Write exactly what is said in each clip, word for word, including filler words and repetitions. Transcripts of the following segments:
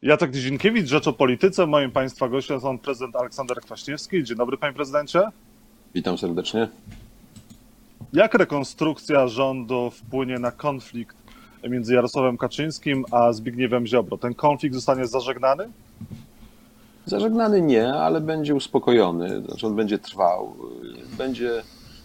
Jacek Nizinkiewicz, Rzecz o Polityce. Moim Państwa gościem jest pan prezydent Aleksander Kwaśniewski. Dzień dobry, panie prezydencie. Witam serdecznie. Jak rekonstrukcja rządu wpłynie na konflikt między Jarosławem Kaczyńskim a Zbigniewem Ziobro? Ten konflikt zostanie zażegnany? Zażegnany nie, ale będzie uspokojony, znaczy on będzie trwał. Będzie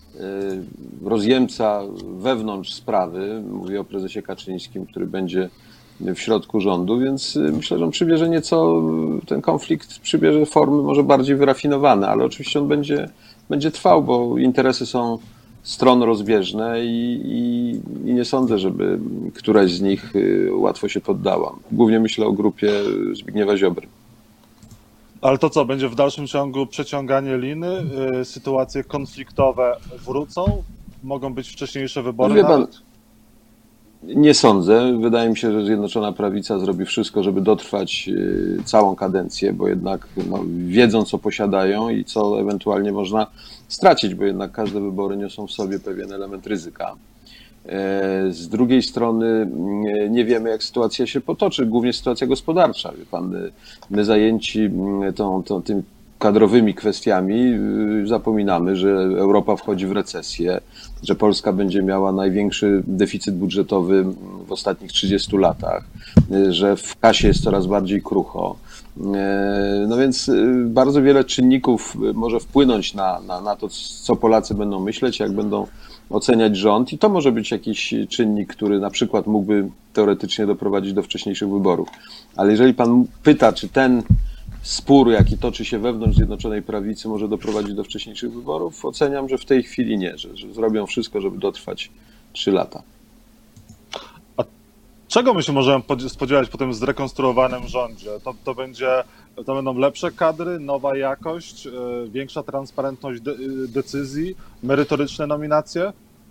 rozjemca wewnątrz sprawy, mówię o prezesie Kaczyńskim, który będzie w środku rządu, więc myślę, że on przybierze nieco, ten konflikt przybierze formy może bardziej wyrafinowane, ale oczywiście on będzie, będzie trwał, bo interesy są stron rozbieżne i, i, i nie sądzę, żeby któraś z nich łatwo się poddała. Głównie myślę o grupie Zbigniewa Ziobry. Ale to co, będzie w dalszym ciągu przeciąganie liny? Sytuacje konfliktowe wrócą? Mogą być wcześniejsze wybory Wie pan, nawet? Nie sądzę. Wydaje mi się, że Zjednoczona Prawica zrobi wszystko, żeby dotrwać całą kadencję, bo jednak no, wiedzą, co posiadają i co ewentualnie można stracić, bo jednak każde wybory niosą w sobie pewien element ryzyka. Z drugiej strony nie wiemy, jak sytuacja się potoczy, głównie sytuacja gospodarcza. Wie pan, my zajęci tą, tą, tym kadrowymi kwestiami zapominamy, że Europa wchodzi w recesję, że Polska będzie miała największy deficyt budżetowy w ostatnich trzydziestu latach, że w kasie jest coraz bardziej krucho. No więc bardzo wiele czynników może wpłynąć na, na, na to, co Polacy będą myśleć, jak będą oceniać rząd i to może być jakiś czynnik, który na przykład mógłby teoretycznie doprowadzić do wcześniejszych wyborów. Ale jeżeli pan pyta, czy ten spór, jaki toczy się wewnątrz Zjednoczonej Prawicy, może doprowadzić do wcześniejszych wyborów, oceniam, że w tej chwili nie, że, że zrobią wszystko, żeby dotrwać trzy lata. A czego my się możemy spodziewać po tym zrekonstruowanym rządzie? To, to, będzie, to będą lepsze kadry, nowa jakość, większa transparentność de, decyzji, merytoryczne nominacje?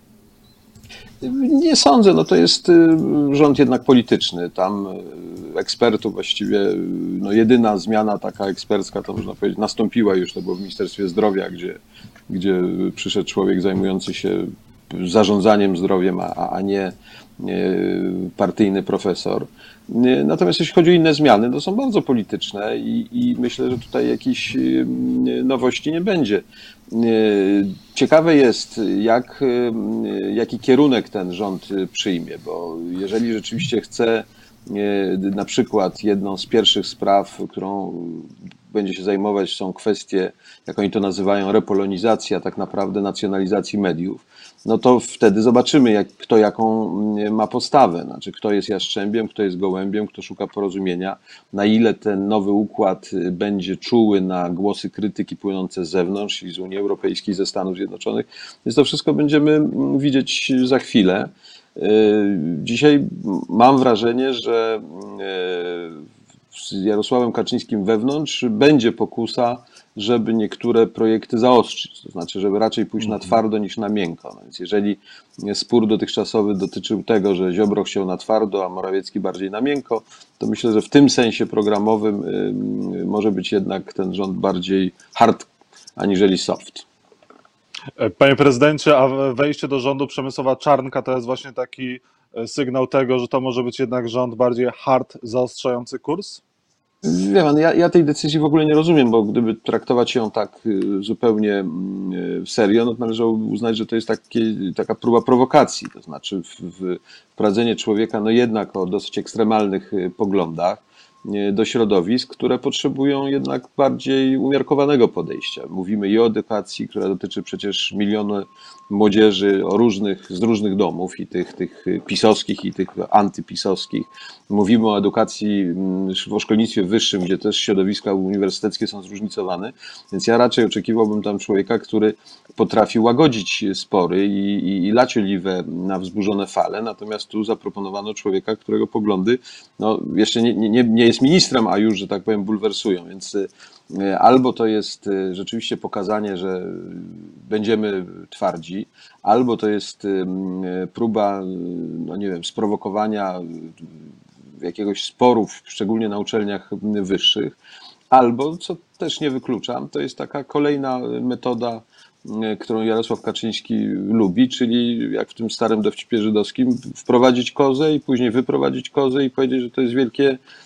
Nie sądzę, no to jest rząd jednak polityczny. Tam ekspertów właściwie, no jedyna zmiana taka ekspercka, to można powiedzieć, nastąpiła już, to było w Ministerstwie Zdrowia, gdzie, gdzie przyszedł człowiek zajmujący się zarządzaniem zdrowiem, a, a nie partyjny profesor. Natomiast jeśli chodzi o inne zmiany, to są bardzo polityczne i, i myślę, że tutaj jakichś nowości nie będzie. Ciekawe jest, jak, jaki kierunek ten rząd przyjmie, bo jeżeli rzeczywiście chce na przykład jedną z pierwszych spraw, którą będzie się zajmować, są kwestie, jak oni to nazywają, repolonizacji, a tak naprawdę nacjonalizacji mediów, no to wtedy zobaczymy, jak, kto jaką ma postawę, znaczy kto jest Jastrzębiem, kto jest Gołębiem, kto szuka porozumienia, na ile ten nowy układ będzie czuły na głosy krytyki płynące z zewnątrz i z Unii Europejskiej, ze Stanów Zjednoczonych, więc to wszystko będziemy widzieć za chwilę. Dzisiaj mam wrażenie, że z Jarosławem Kaczyńskim wewnątrz będzie pokusa, żeby niektóre projekty zaostrzyć, to znaczy, żeby raczej pójść na twardo niż na miękko. No więc jeżeli spór dotychczasowy dotyczył tego, że Ziobro chciał na twardo, a Morawiecki bardziej na miękko, to myślę, że w tym sensie programowym może być jednak ten rząd bardziej hard aniżeli soft. Panie prezydencie, a wejście do rządu Przemysława Czarnka to jest właśnie taki sygnał tego, że to może być jednak rząd bardziej hard, zaostrzający kurs? Wie pan, ja, ja tej decyzji w ogóle nie rozumiem, bo gdyby traktować ją tak zupełnie serio, no to należałoby uznać, że to jest takie, taka próba prowokacji, to znaczy wprowadzenie człowieka no jednak o dosyć ekstremalnych poglądach do środowisk, które potrzebują jednak bardziej umiarkowanego podejścia. Mówimy i o edukacji, która dotyczy przecież miliony młodzieży o różnych, z różnych domów, i tych, tych pisowskich, i tych antypisowskich. Mówimy o edukacji w szkolnictwie wyższym, gdzie też środowiska uniwersyteckie są zróżnicowane, więc ja raczej oczekiwałbym tam człowieka, który potrafi łagodzić spory i, i, i lać oliwę na wzburzone fale, natomiast tu zaproponowano człowieka, którego poglądy no, jeszcze nie, nie, nie jest ministrem, a już, że tak powiem, bulwersują, więc albo to jest rzeczywiście pokazanie, że będziemy twardzi, albo to jest próba, no nie wiem, sprowokowania jakiegoś sporów, szczególnie na uczelniach wyższych, albo, co też nie wykluczam, to jest taka kolejna metoda, którą Jarosław Kaczyński lubi, czyli jak w tym starym dowcipie żydowskim, wprowadzić kozę i później wyprowadzić kozę i powiedzieć, że to jest wielkie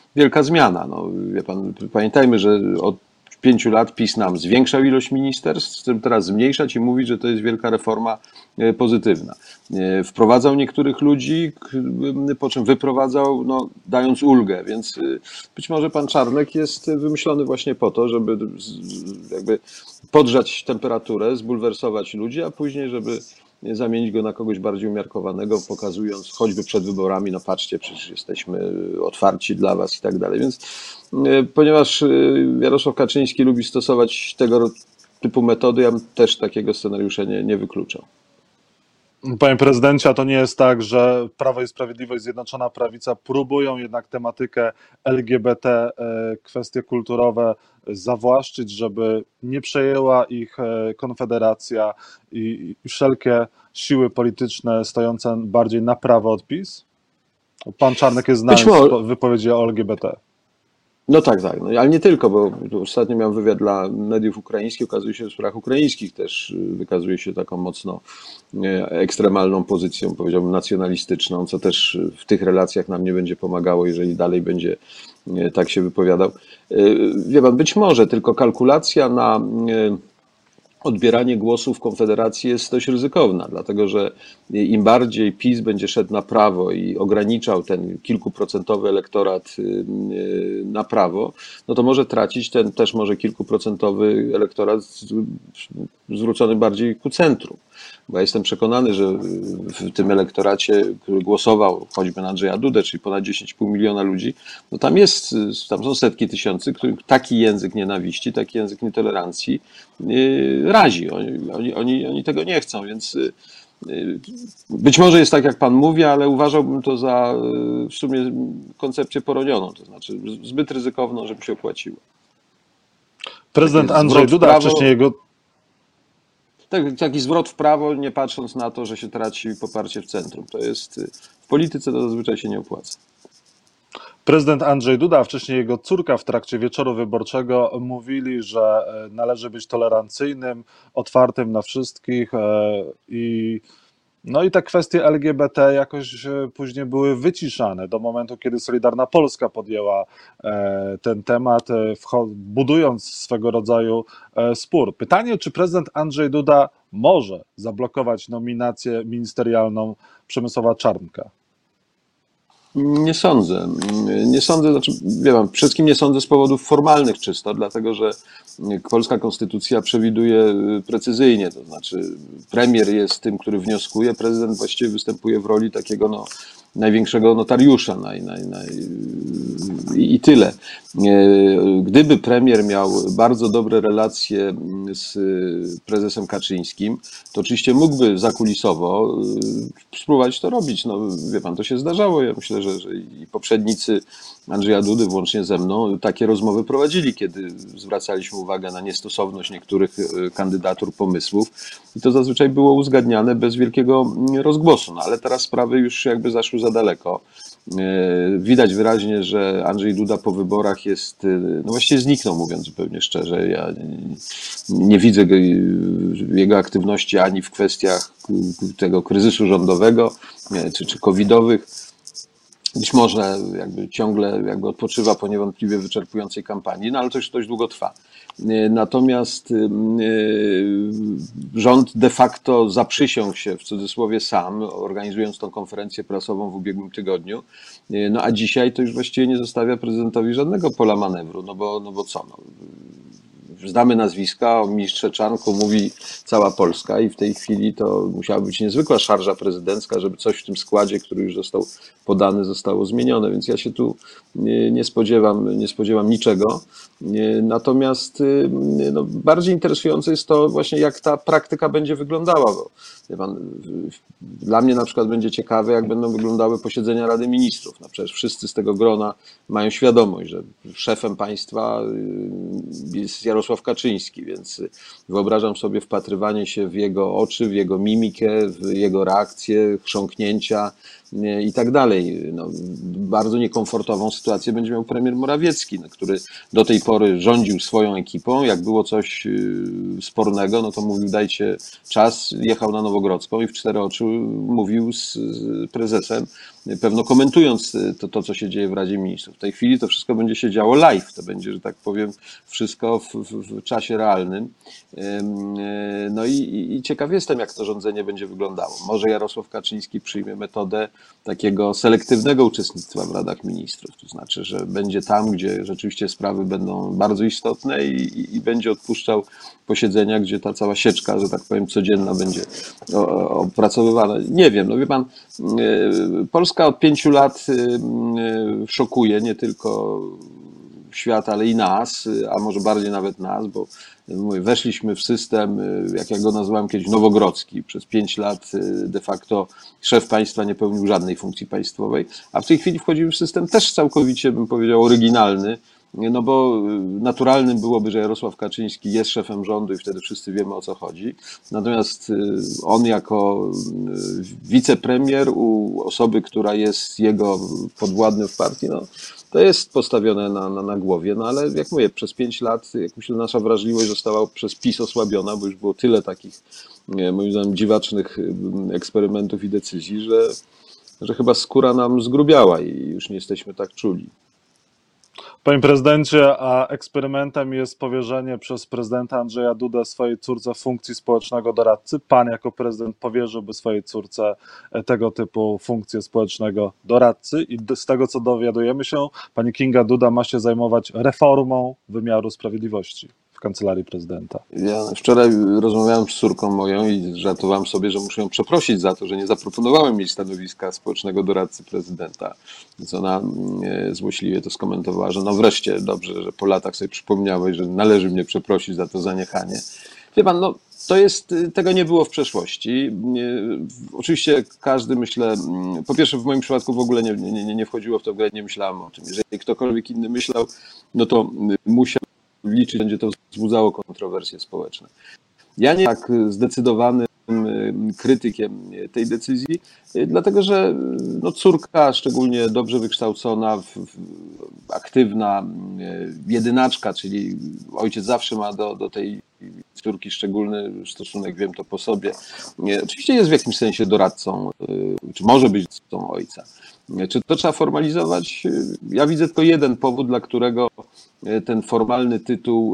wielka zmiana. No, wie pan, pamiętajmy, że od pięciu lat PiS nam zwiększał ilość ministerstw, z tym teraz zmniejszać i mówić, że to jest wielka reforma pozytywna. Wprowadzał niektórych ludzi, po czym wyprowadzał, no, dając ulgę, więc być może pan Czarnek jest wymyślony właśnie po to, żeby jakby podgrzać temperaturę, zbulwersować ludzi, a później, żeby zamienić go na kogoś bardziej umiarkowanego, pokazując choćby przed wyborami, no patrzcie, przecież jesteśmy otwarci dla was i tak dalej. Więc ponieważ Jarosław Kaczyński lubi stosować tego typu metody, ja bym też takiego scenariusza nie, nie wykluczał. Panie prezydencie, a to nie jest tak, że Prawo i Sprawiedliwość, Zjednoczona Prawica próbują jednak tematykę L G B T, kwestie kulturowe zawłaszczyć, żeby nie przejęła ich Konfederacja i wszelkie siły polityczne stojące bardziej na prawo od PiS? Pan Czarnek jest znany z wypowiedzi o L G B T. No tak, tak, no, ale nie tylko, bo ostatnio miałem wywiad dla mediów ukraińskich, okazuje się, że w sprawach ukraińskich też wykazuje się taką mocno ekstremalną pozycją, powiedziałbym nacjonalistyczną, co też w tych relacjach nam nie będzie pomagało, jeżeli dalej będzie tak się wypowiadał. Wie pan, być może, tylko kalkulacja na odbieranie głosów Konfederacji jest dość ryzykowna, dlatego że im bardziej PiS będzie szedł na prawo i ograniczał ten kilkuprocentowy elektorat na prawo, no to może tracić ten też może kilkuprocentowy elektorat zwrócony bardziej ku centrum. Bo ja jestem przekonany, że w tym elektoracie, który głosował choćby na Andrzeja Dudę, czyli ponad dziesięć i pół miliona ludzi, no tam jest, tam są setki tysięcy, których taki język nienawiści, taki język nietolerancji razi. Oni, oni, oni, oni tego nie chcą, więc być może jest tak, jak pan mówi, ale uważałbym to za w sumie koncepcję poronioną, to znaczy zbyt ryzykowną, żeby się opłaciło. Prezydent Andrzej Duda, prawo, wcześniej jego... Tak, taki zwrot w prawo, nie patrząc na to, że się traci poparcie w centrum. To jest, w polityce to zazwyczaj się nie opłaca. Prezydent Andrzej Duda, a wcześniej jego córka w trakcie wieczoru wyborczego mówili, że należy być tolerancyjnym, otwartym na wszystkich i no i te kwestie L G B T jakoś później były wyciszane do momentu, kiedy Solidarna Polska podjęła ten temat, budując swego rodzaju spór. Pytanie, czy prezydent Andrzej Duda może zablokować nominację ministerialną Przemysława Czarnka? Nie sądzę. Nie sądzę, znaczy, wie pan, przede wszystkim nie sądzę z powodów formalnych czysto, dlatego że polska konstytucja przewiduje precyzyjnie, to znaczy premier jest tym, który wnioskuje, prezydent właściwie występuje w roli takiego no, największego notariusza naj, naj, naj, i tyle. Gdyby premier miał bardzo dobre relacje z prezesem Kaczyńskim, to oczywiście mógłby zakulisowo spróbować to robić. No, wie pan, to się zdarzało. Ja myślę, że, że i poprzednicy Andrzeja Dudy, włącznie ze mną, takie rozmowy prowadzili, kiedy zwracaliśmy uwagę na niestosowność niektórych kandydatur, pomysłów i to zazwyczaj było uzgadniane bez wielkiego rozgłosu. No, ale teraz sprawy już jakby zaszły za daleko. Widać wyraźnie, że Andrzej Duda po wyborach jest, no właściwie zniknął, mówiąc zupełnie szczerze. Ja nie widzę jego aktywności ani w kwestiach tego kryzysu rządowego czy, czy covidowych. Być może jakby ciągle jakby odpoczywa po niewątpliwie wyczerpującej kampanii, no ale to już dość długo trwa. Natomiast rząd de facto zaprzysiągł się w cudzysłowie sam, organizując tą konferencję prasową w ubiegłym tygodniu, no a dzisiaj to już właściwie nie zostawia prezydentowi żadnego pola manewru, no bo, no bo co, no, znamy nazwiska, o ministrze Czarnku mówi cała Polska i w tej chwili to musiała być niezwykła szarża prezydencka, żeby coś w tym składzie, który już został podany, zostało zmienione, więc ja się tu nie, nie spodziewam, nie spodziewam niczego. Natomiast no, bardziej interesujące jest to właśnie, jak ta praktyka będzie wyglądała, bo wie pan, dla mnie na przykład będzie ciekawe, jak będą wyglądały posiedzenia Rady Ministrów. No przecież wszyscy z tego grona mają świadomość, że szefem państwa jest Jarosław Kaczyński, więc wyobrażam sobie wpatrywanie się w jego oczy, w jego mimikę, w jego reakcje, chrząknięcia, i tak dalej. No, bardzo niekomfortową sytuację będzie miał premier Morawiecki, no, który do tej pory rządził swoją ekipą. Jak było coś spornego, no to mówił dajcie czas, jechał na Nowogrodzką i w cztery oczy mówił z, z prezesem, pewno komentując to, to, co się dzieje w Radzie Ministrów. W tej chwili to wszystko będzie się działo live, to będzie, że tak powiem, wszystko w, w, w czasie realnym. No i, i ciekaw jestem, jak to rządzenie będzie wyglądało. Może Jarosław Kaczyński przyjmie metodę takiego selektywnego uczestnictwa w Radach Ministrów, to znaczy, że będzie tam, gdzie rzeczywiście sprawy będą bardzo istotne i, i, i będzie odpuszczał posiedzenia, gdzie ta cała sieczka, że tak powiem, codzienna będzie opracowywana. Nie wiem, no wie pan, Polska od pięciu lat szokuje nie tylko świat, ale i nas, a może bardziej nawet nas, bo mówię, weszliśmy w system, jak ja go nazwałem kiedyś, nowogrodzki. Przez pięć lat de facto szef państwa nie pełnił żadnej funkcji państwowej, a w tej chwili wchodzimy w system też całkowicie, bym powiedział, oryginalny, no bo naturalnym byłoby, że Jarosław Kaczyński jest szefem rządu i wtedy wszyscy wiemy, o co chodzi. Natomiast on jako wicepremier u osoby, która jest jego podwładnym w partii, no to jest postawione na, na, na głowie, no ale jak mówię, przez pięć lat, jak myślę, nasza wrażliwość została przez PiS osłabiona, bo już było tyle takich, moim zdaniem, dziwacznych eksperymentów i decyzji, że, że chyba skóra nam zgrubiała i już nie jesteśmy tak czuli. Panie prezydencie, a eksperymentem jest powierzenie przez prezydenta Andrzeja Dudę swojej córce funkcji społecznego doradcy. Pan jako prezydent powierzyłby swojej córce tego typu funkcję społecznego doradcy i z tego, co dowiadujemy się, pani Kinga Duda ma się zajmować reformą wymiaru sprawiedliwości w kancelarii prezydenta. Ja wczoraj rozmawiałem z córką moją i żartowałem sobie, że muszę ją przeprosić za to, że nie zaproponowałem jej stanowiska społecznego doradcy prezydenta. Więc ona złośliwie to skomentowała, że no wreszcie dobrze, że po latach sobie przypomniałeś, że należy mnie przeprosić za to zaniechanie. Wie pan, no to jest, tego nie było w przeszłości. Oczywiście każdy, myślę, po pierwsze w moim przypadku w ogóle nie, nie, nie wchodziło w to, w ogóle nie myślałem o tym. Jeżeli ktokolwiek inny myślał, no to musiał liczyć, będzie to wzbudzało kontrowersje społeczne. Ja nie tak zdecydowanym krytykiem tej decyzji, dlatego że no córka, szczególnie dobrze wykształcona, aktywna, jedynaczka, czyli ojciec zawsze ma do, do tej córki szczególny stosunek, wiem to po sobie. Oczywiście jest w jakimś sensie doradcą, czy może być doradcą ojca. Czy to trzeba formalizować? Ja widzę tylko jeden powód, dla którego ten formalny tytuł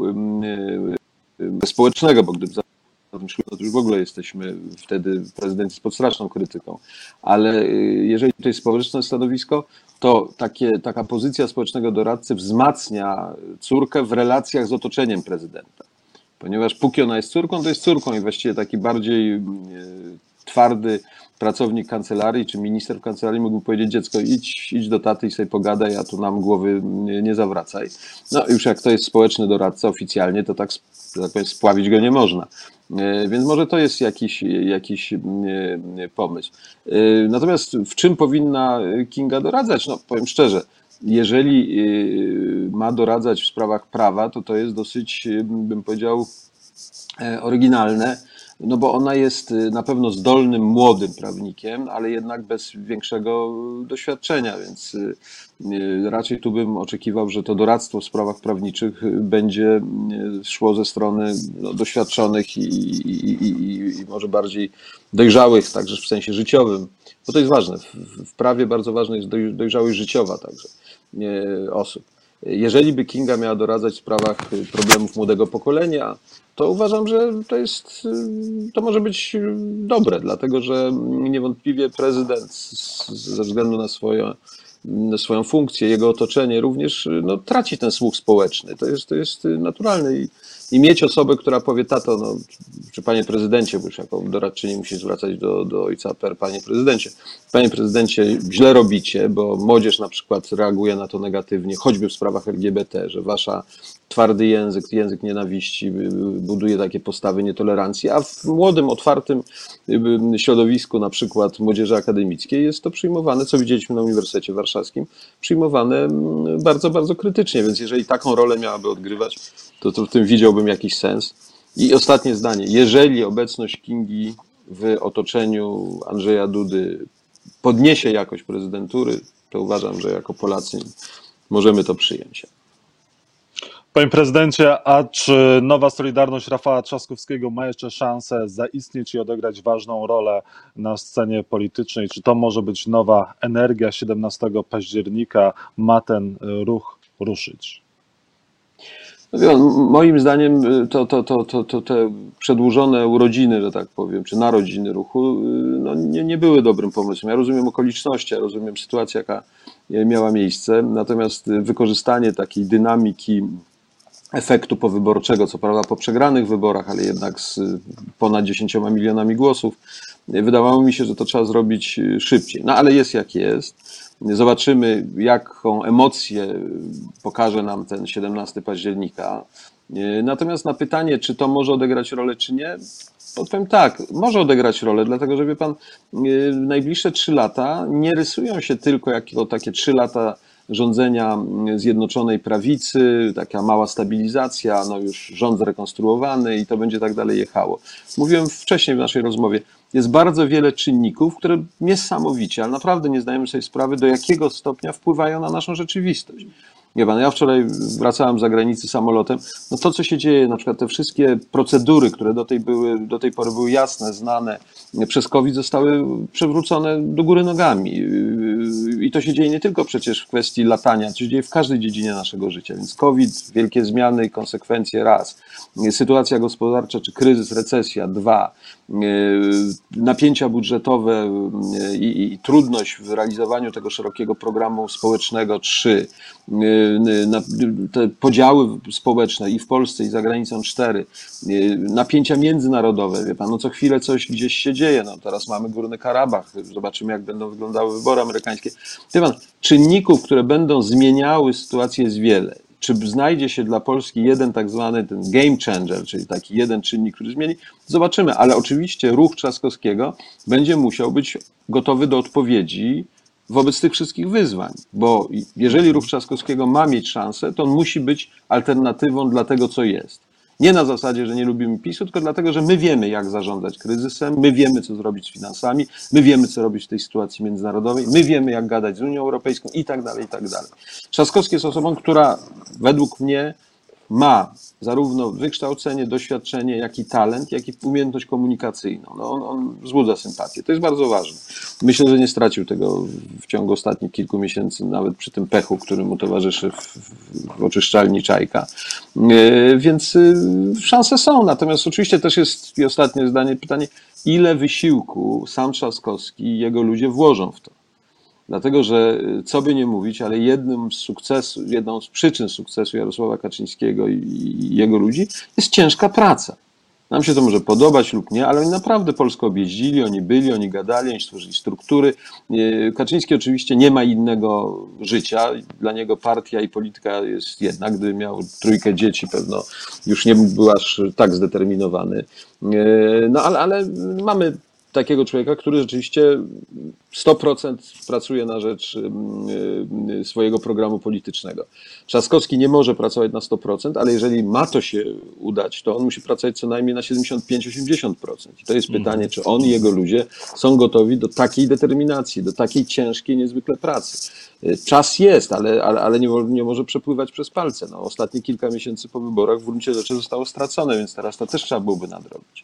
społecznego, bo gdyby zakończył, to już w ogóle jesteśmy wtedy prezydencji pod straszną krytyką, ale jeżeli to jest społeczne stanowisko, to takie, taka pozycja społecznego doradcy wzmacnia córkę w relacjach z otoczeniem prezydenta. Ponieważ póki ona jest córką, to jest córką i właściwie taki bardziej twardy pracownik kancelarii czy minister w kancelarii mógłby powiedzieć: dziecko, idź, idź do taty i sobie pogadaj, a tu nam głowy nie, nie zawracaj. No już jak to jest społeczny doradca oficjalnie, to tak, tak powiem, spławić go nie można. Więc może to jest jakiś, jakiś pomysł. Natomiast w czym powinna Kinga doradzać? No powiem szczerze, jeżeli ma doradzać w sprawach prawa, to to jest dosyć, bym powiedział, oryginalne, no bo ona jest na pewno zdolnym, młodym prawnikiem, ale jednak bez większego doświadczenia, więc raczej tu bym oczekiwał, że to doradztwo w sprawach prawniczych będzie szło ze strony no, doświadczonych i, i, i, i może bardziej dojrzałych, także w sensie życiowym, bo to jest ważne. W, w prawie bardzo ważna jest dojrzałość życiowa także osób. Jeżeli by Kinga miała doradzać w sprawach problemów młodego pokolenia, to uważam, że to jest, to może być dobre, dlatego że niewątpliwie prezydent ze względu na swoje, na swoją funkcję, jego otoczenie również no, traci ten słuch społeczny. To jest, to jest naturalne i, i mieć osobę, która powie: tato, no, czy panie prezydencie, bo już jako doradczyni musi zwracać do, do ojca per panie prezydencie. Panie prezydencie, źle robicie, bo młodzież na przykład reaguje na to negatywnie, choćby w sprawach L G B T, że wasza twardy język, język nienawiści buduje takie postawy nietolerancji, a w młodym, otwartym środowisku, na przykład młodzieży akademickiej, jest to przyjmowane, co widzieliśmy na Uniwersytecie Warszawskim, przyjmowane bardzo, bardzo krytycznie, więc jeżeli taką rolę miałaby odgrywać, to, to w tym widziałbym jakiś sens. I ostatnie zdanie, jeżeli obecność Kingi w otoczeniu Andrzeja Dudy podniesie jakość prezydentury, to uważam, że jako Polacy możemy to przyjąć. Panie prezydencie, a czy nowa Solidarność Rafała Trzaskowskiego ma jeszcze szansę zaistnieć i odegrać ważną rolę na scenie politycznej? Czy to może być nowa energia? siedemnastego października ma ten ruch ruszyć? Moim zdaniem to, to, to, to, to te przedłużone urodziny, że tak powiem, czy narodziny ruchu, no nie, nie były dobrym pomysłem. Ja rozumiem okoliczności, ja rozumiem sytuację, jaka miała miejsce, natomiast wykorzystanie takiej dynamiki efektu powyborczego, co prawda po przegranych wyborach, ale jednak z ponad dziesięcioma milionami głosów, wydawało mi się, że to trzeba zrobić szybciej. No ale jest jak jest. Zobaczymy, jaką emocję pokaże nam ten siedemnastego października. Natomiast na pytanie, czy to może odegrać rolę, czy nie, odpowiem tak, może odegrać rolę, dlatego że wie pan, najbliższe trzy lata nie rysują się tylko jako takie trzy lata rządzenia Zjednoczonej Prawicy, taka mała stabilizacja, no już rząd zrekonstruowany i to będzie tak dalej jechało. Mówiłem wcześniej w naszej rozmowie, jest bardzo wiele czynników, które niesamowicie, ale naprawdę nie zdajemy sobie sprawy, do jakiego stopnia wpływają na naszą rzeczywistość. Wie pan, ja wczoraj wracałem z zagranicy samolotem, no to co się dzieje, na przykład te wszystkie procedury, które do tej, były, do tej pory były jasne, znane przez COVID, zostały przewrócone do góry nogami. I to się dzieje nie tylko przecież w kwestii latania, to się dzieje w każdej dziedzinie naszego życia. Więc COVID, wielkie zmiany i konsekwencje raz, sytuacja gospodarcza czy kryzys, recesja dwa, napięcia budżetowe i, i trudność w realizowaniu tego szerokiego programu społecznego trzy, te podziały społeczne i w Polsce, i za granicą cztery, napięcia międzynarodowe, wie pan, no co chwilę coś gdzieś się dzieje, no teraz mamy Górny Karabach, zobaczymy jak będą wyglądały wybory amerykańskie. Wie pan, czynników, które będą zmieniały sytuację jest wiele. Czy znajdzie się dla Polski jeden tak zwany ten game changer, czyli taki jeden czynnik, który zmieni? Zobaczymy, ale oczywiście ruch Trzaskowskiego będzie musiał być gotowy do odpowiedzi wobec tych wszystkich wyzwań, bo jeżeli ruch Trzaskowskiego ma mieć szansę, to on musi być alternatywą dla tego, co jest. Nie na zasadzie, że nie lubimy PiSu, tylko dlatego, że my wiemy, jak zarządzać kryzysem, my wiemy, co zrobić z finansami, my wiemy, co robić w tej sytuacji międzynarodowej, my wiemy, jak gadać z Unią Europejską i tak dalej, i tak dalej. Trzaskowski jest osobą, która według mnie ma zarówno wykształcenie, doświadczenie, jak i talent, jak i umiejętność komunikacyjną. No on, on wzbudza sympatię. To jest bardzo ważne. Myślę, że nie stracił tego w ciągu ostatnich kilku miesięcy, nawet przy tym pechu, który mu towarzyszy w, w oczyszczalni Czajka. Więc szanse są. Natomiast oczywiście też jest, i ostatnie zdanie, pytanie, ile wysiłku sam Trzaskowski i jego ludzie włożą w to. Dlatego, że co by nie mówić, ale jednym z sukcesu, jedną z przyczyn sukcesu Jarosława Kaczyńskiego i jego ludzi jest ciężka praca. Nam się to może podobać lub nie, ale oni naprawdę Polskę objeździli, oni byli, oni gadali, oni stworzyli struktury. Kaczyński oczywiście nie ma innego życia, dla niego partia i polityka jest jedna. Gdyby miał trójkę dzieci, pewno już nie był aż tak zdeterminowany. No ale, ale mamy takiego człowieka, który rzeczywiście sto procent pracuje na rzecz swojego programu politycznego. Trzaskowski nie może pracować na sto procent, ale jeżeli ma to się udać, to on musi pracować co najmniej na siedemdziesiąt pięć do osiemdziesięciu procent. I to jest pytanie, czy on i jego ludzie są gotowi do takiej determinacji, do takiej ciężkiej niezwykle pracy. Czas jest, ale, ale, ale nie, nie może przepływać przez palce. No, ostatnie kilka miesięcy po wyborach w gruncie rzeczy zostało stracone, więc teraz to też trzeba byłoby nadrobić.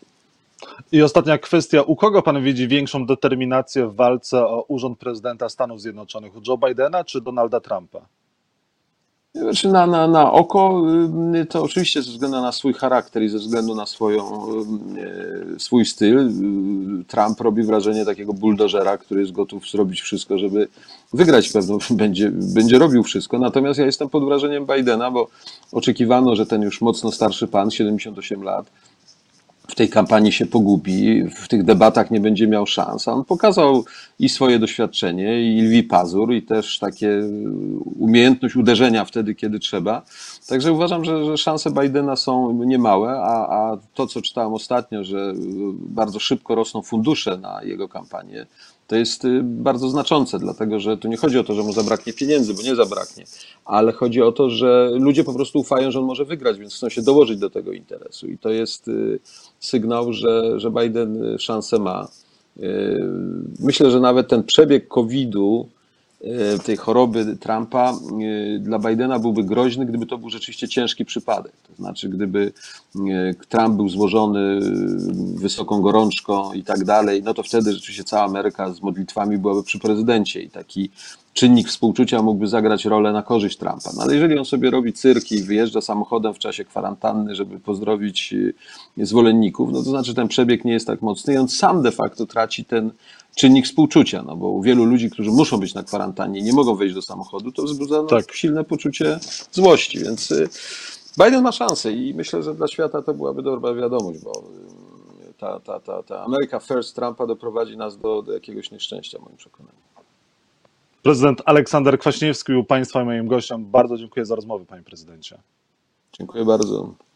I ostatnia kwestia. U kogo pan widzi większą determinację w walce o urząd prezydenta Stanów Zjednoczonych? U Joe Bidena czy Donalda Trumpa? Znaczy na, na, na oko to oczywiście ze względu na swój charakter i ze względu na swoją, swój styl Trump robi wrażenie takiego buldożera, który jest gotów zrobić wszystko, żeby wygrać. Pewno będzie, będzie robił wszystko. Natomiast ja jestem pod wrażeniem Bidena, bo oczekiwano, że ten już mocno starszy pan, siedemdziesiąt osiem lat, w tej kampanii się pogubi, w tych debatach nie będzie miał szans. A on pokazał i swoje doświadczenie, i lwi pazur, i też takie umiejętność uderzenia wtedy, kiedy trzeba. Także uważam, że, że szanse Bidena są niemałe, a, a to, co czytałem ostatnio, że bardzo szybko rosną fundusze na jego kampanię, to jest bardzo znaczące, dlatego że tu nie chodzi o to, że mu zabraknie pieniędzy, bo nie zabraknie, ale chodzi o to, że ludzie po prostu ufają, że on może wygrać, więc chcą się dołożyć do tego interesu i to jest sygnał, że, że Biden szansę ma. Myślę, że nawet ten przebieg kowida, tej choroby Trumpa dla Bidena byłby groźny, gdyby to był rzeczywiście ciężki przypadek. To znaczy, gdyby Trump był złożony wysoką gorączką i tak dalej, no to wtedy rzeczywiście cała Ameryka z modlitwami byłaby przy prezydencie i taki czynnik współczucia mógłby zagrać rolę na korzyść Trumpa. No ale jeżeli on sobie robi cyrki i wyjeżdża samochodem w czasie kwarantanny, żeby pozdrowić zwolenników, no to znaczy, że ten przebieg nie jest tak mocny i on sam de facto traci ten czynnik współczucia, no bo u wielu ludzi, którzy muszą być na kwarantannie i nie mogą wejść do samochodu, to wzbudza no, Tak. silne poczucie złości, więc Biden ma szansę i myślę, że dla świata to byłaby dobra wiadomość, bo ta, ta, ta, ta America First Trumpa doprowadzi nas do, do jakiegoś nieszczęścia, w moim przekonaniu. Prezydent Aleksander Kwaśniewski był Państwa i moim gościem. Bardzo dziękuję za rozmowę, panie prezydencie. Dziękuję bardzo.